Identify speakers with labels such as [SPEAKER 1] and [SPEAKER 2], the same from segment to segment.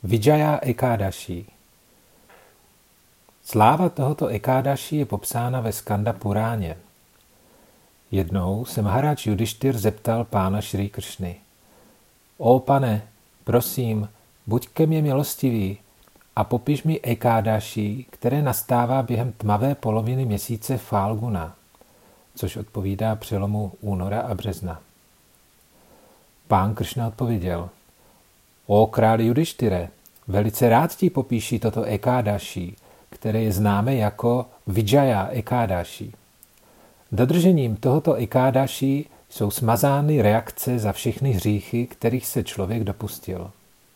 [SPEAKER 1] Vijaya Ekadashi. Sláva tohoto Ekadashi je popsána ve Skanda Puráně. Jednou se Maharaj Judištyr zeptal pána Šrí Kršny: O pane, prosím, buď ke mně milostivý a popiš mi Ekadashi, které nastává během tmavé poloviny měsíce Falguna, což odpovídá přelomu února a března. Pán Kršna odpověděl: O králi Judištyre, velice rád ti popíši toto Ekadashi, které je známé jako Vijaya Ekadashi. Dodržením tohoto Ekadashi jsou smazány reakce za všechny hříchy, kterých se člověk dopustil.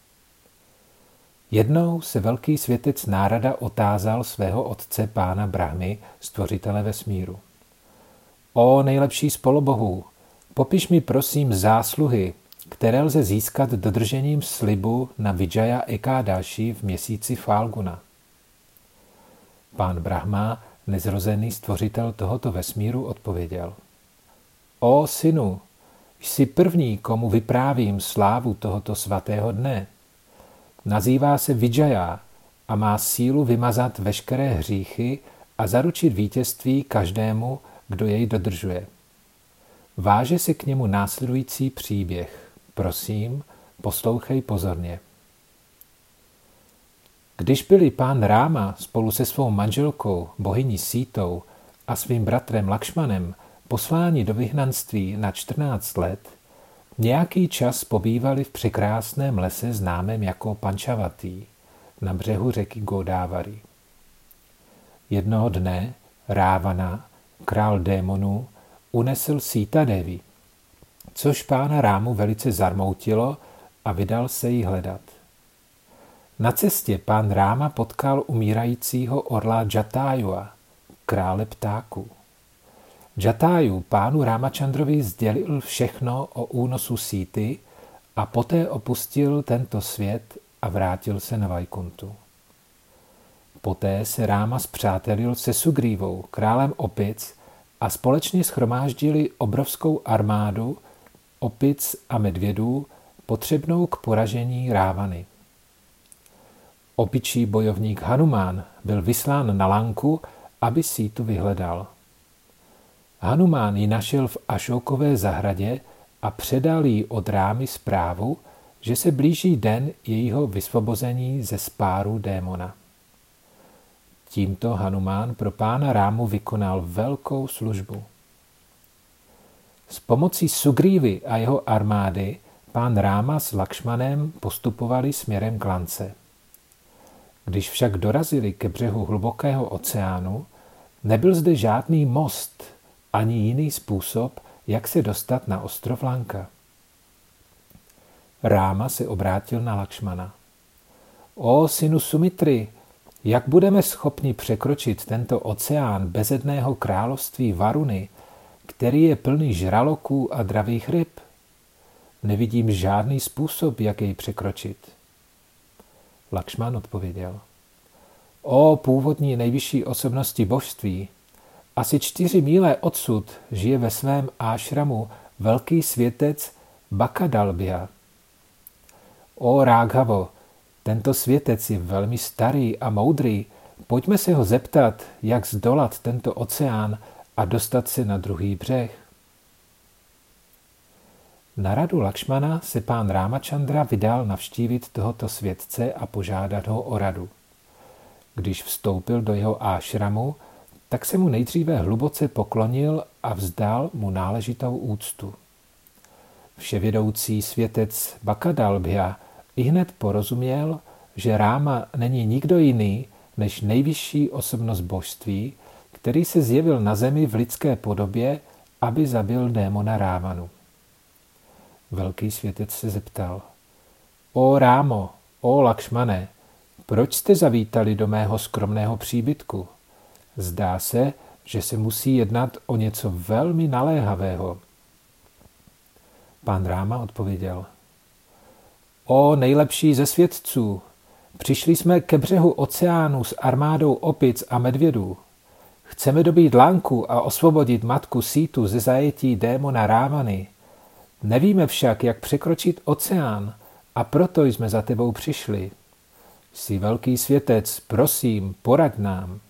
[SPEAKER 1] Jednou se velký světec Nárada otázal svého otce pána Brahmy, stvořitele vesmíru: O nejlepší z polobohů, popiš mi prosím zásluhy, které lze získat dodržením slibu na Vijaya Ekadashi v měsíci Falguna. Pán Brahma, nezrozený stvořitel tohoto vesmíru, odpověděl: O synu, jsi první, komu vyprávím slávu tohoto svatého dne. Nazývá se Vijaya a má sílu vymazat veškeré hříchy a zaručit vítězství každému, kdo jej dodržuje. Váže se k němu následující příběh. Prosím, poslouchej pozorně. Když byli pán Ráma spolu se svou manželkou, bohyní Sítou a svým bratrem Lakšmanem posláni do vyhnanství na 14 let, nějaký čas pobývali v překrásném lese známém jako Pančavatý, na břehu řeky Godávarí. Jednoho dne Rávana, král démonů, unesl Sita Devi, což pána Rámu velice zarmoutilo a vydal se jí hledat. Na cestě pán Ráma potkal umírajícího orla Jatájua, krále ptáků. Jatáju pánu Rámačandrovi sdělil všechno o únosu Síty a poté opustil tento svět a vrátil se na Vajkuntu. Poté se Ráma spřátelil se Sugrívou, králem opic, a společně shromáždili obrovskou armádu opic a medvědů potřebnou k poražení Rávany. Opičí bojovník Hanumán byl vyslán na Lanku, aby Sítu vyhledal. Hanumán ji našel v Ašókové zahradě a předal jí od Rámy zprávu, že se blíží den jejího vysvobození ze spáru démona. Tímto Hanumán pro pána Rámu vykonal velkou službu. S pomocí Sugrívy a jeho armády pán Ráma s Lakšmanem postupovali směrem k Lance. Když však dorazili ke břehu hlubokého oceánu, nebyl zde žádný most ani jiný způsob, jak se dostat na ostrov Lanka. Ráma se obrátil na Lakšmana. O synu Sumitry, jak budeme schopni překročit tento oceán bezedného království Varuny, který je plný žraloků a dravých ryb? Nevidím žádný způsob, jak jej překročit. Lakšman odpověděl: O původní nejvyšší osobnosti božství, asi 4 míle odsud žije ve svém ášramu velký světec Bakadalbhya. O Rághavo, tento světec je velmi starý a moudrý, pojďme se ho zeptat, jak zdolat tento oceán a dostat se na druhý břeh. Na radu Lakšmana se pán Rámačandra vydal navštívit tohoto světce a požádat ho o radu. Když vstoupil do jeho ášramu, tak se mu nejdříve hluboce poklonil a vzdal mu náležitou úctu. Vševědoucí světec Bakadalbhya ihned porozuměl, že Ráma není nikdo jiný než nejvyšší osobnost božství, který se zjevil na zemi v lidské podobě, aby zabil démona Rávanu. Velký světec se zeptal: O Rámo, o Lakšmane, proč jste zavítali do mého skromného příbytku? Zdá se, že se musí jednat o něco velmi naléhavého. Pán Ráma odpověděl: O nejlepší ze světců, přišli jsme ke břehu oceánu s armádou opic a medvědů. Chceme dobít Lanku a osvobodit matku Sítu ze zajetí démona Rávany. Nevíme však, jak překročit oceán, a proto jsme za tebou přišli. jsi velký světec, prosím, poraď nám.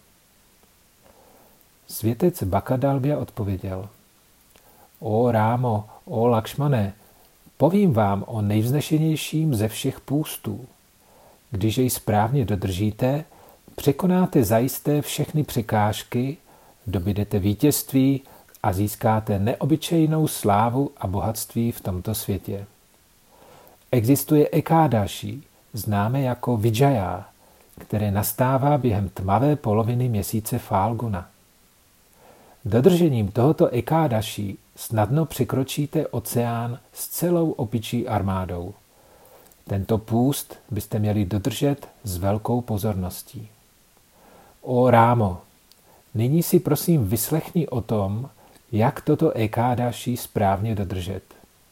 [SPEAKER 1] Světec Bakadalbja odpověděl: O Rámo, o Lakšmane, povím vám o nejvznešenějším ze všech půstů. Když jej správně dodržíte, překonáte zajisté všechny překážky, dobydete vítězství a získáte neobyčejnou slávu a bohatství v tomto světě. Existuje ekádaší, známé jako Vijaya, které nastává během tmavé poloviny měsíce Falguna. Dodržením tohoto ekádaší snadno překročíte oceán s celou opičí armádou. Tento půst byste měli dodržet s velkou pozorností. O Rámo, nyní si prosím vyslechni o tom, jak toto ekádaší správně dodržet.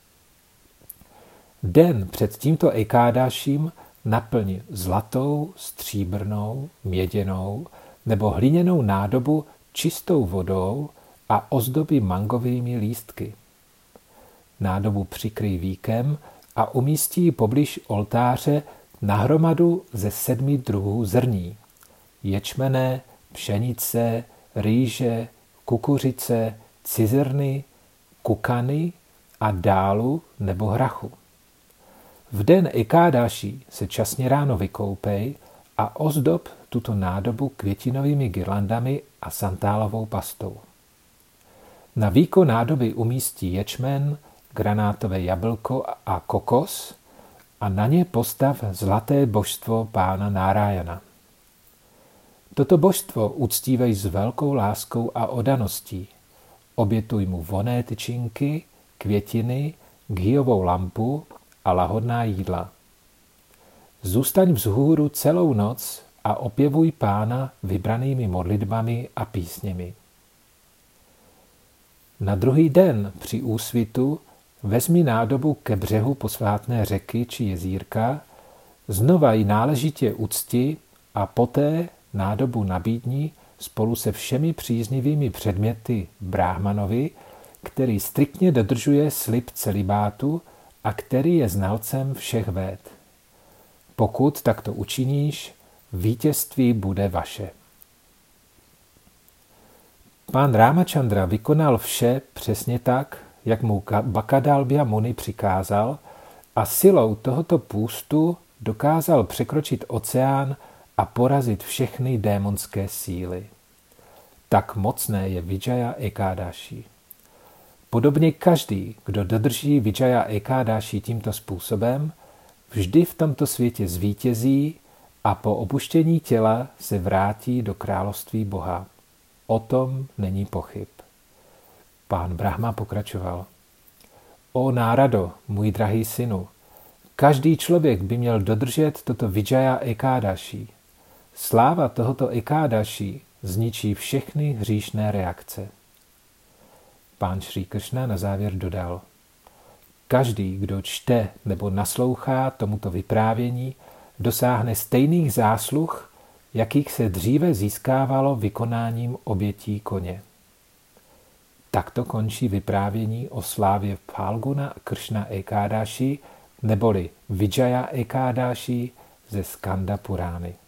[SPEAKER 1] Den před tímto ekádaším naplň zlatou, stříbrnou, měděnou nebo hliněnou nádobu čistou vodou a ozdoby mangovými lístky. Nádobu přikryj víkem a umístí ji poblíž oltáře na hromadu ze 7 druhů zrní: ječmene, pšenice, rýže, kukuřice, cizrny, kukany a dálu nebo hrachu. V den ekádaší se časně ráno vykoupej a ozdob tuto nádobu květinovými girlandami a santálovou pastou. Na víko nádoby umístí ječmen, granátové jablko a kokos a na ně postav zlaté božstvo pána Nárajana. Toto božstvo uctívej s velkou láskou a oddaností. Obětuj mu vonné tyčinky, květiny, ghijovou lampu a lahodná jídla. Zůstaň vzhůru celou noc a opěvuj pána vybranými modlitbami a písněmi. Na druhý den při úsvitu vezmi nádobu ke břehu posvátné řeky či jezírka, znova ji náležitě ucti a poté nádobu nabídni spolu se všemi příznivými předměty Bráhmanovi, který striktně dodržuje slib celibátu a který je znalcem všech véd. Pokud takto učiníš, vítězství bude vaše. Pán Rámachandra vykonal vše přesně tak, jak mu Bakadalbja Muni přikázal, a silou tohoto půstu dokázal překročit oceán a porazit všechny démonské síly. Tak mocné je Vijaya Ekadashi. Podobně každý, kdo dodrží Vijaya Ekadashi tímto způsobem, vždy v tomto světě zvítězí a po opuštění těla se vrátí do království Boha. O tom není pochyb. Pán Brahma pokračoval: O Nárado, můj drahý synu, každý člověk by měl dodržet toto Vijaya Ekadashi. Sláva tohoto Ekadashi zničí všechny hříšné reakce. Pán Šrí Kršna na závěr dodal: Každý, kdo čte nebo naslouchá tomuto vyprávění, dosáhne stejných zásluh, jakých se dříve získávalo vykonáním obětí koně. Takto končí vyprávění o slávě Falguna Kršna Ekadashi neboli Vijaya Ekadashi ze Skanda Purány.